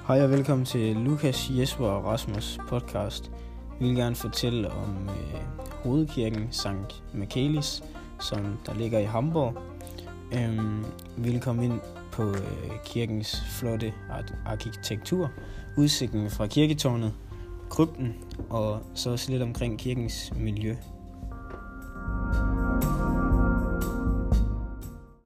Hej og velkommen til Lukas, Jesper og Rasmus podcast. Vi vil gerne fortælle om hovedkirken Sankt Michaelis, som der ligger i Hamburg. Vi vil komme ind på kirkens flotte arkitektur, udsigten fra kirketårnet, krypten og så også lidt omkring kirkens miljø.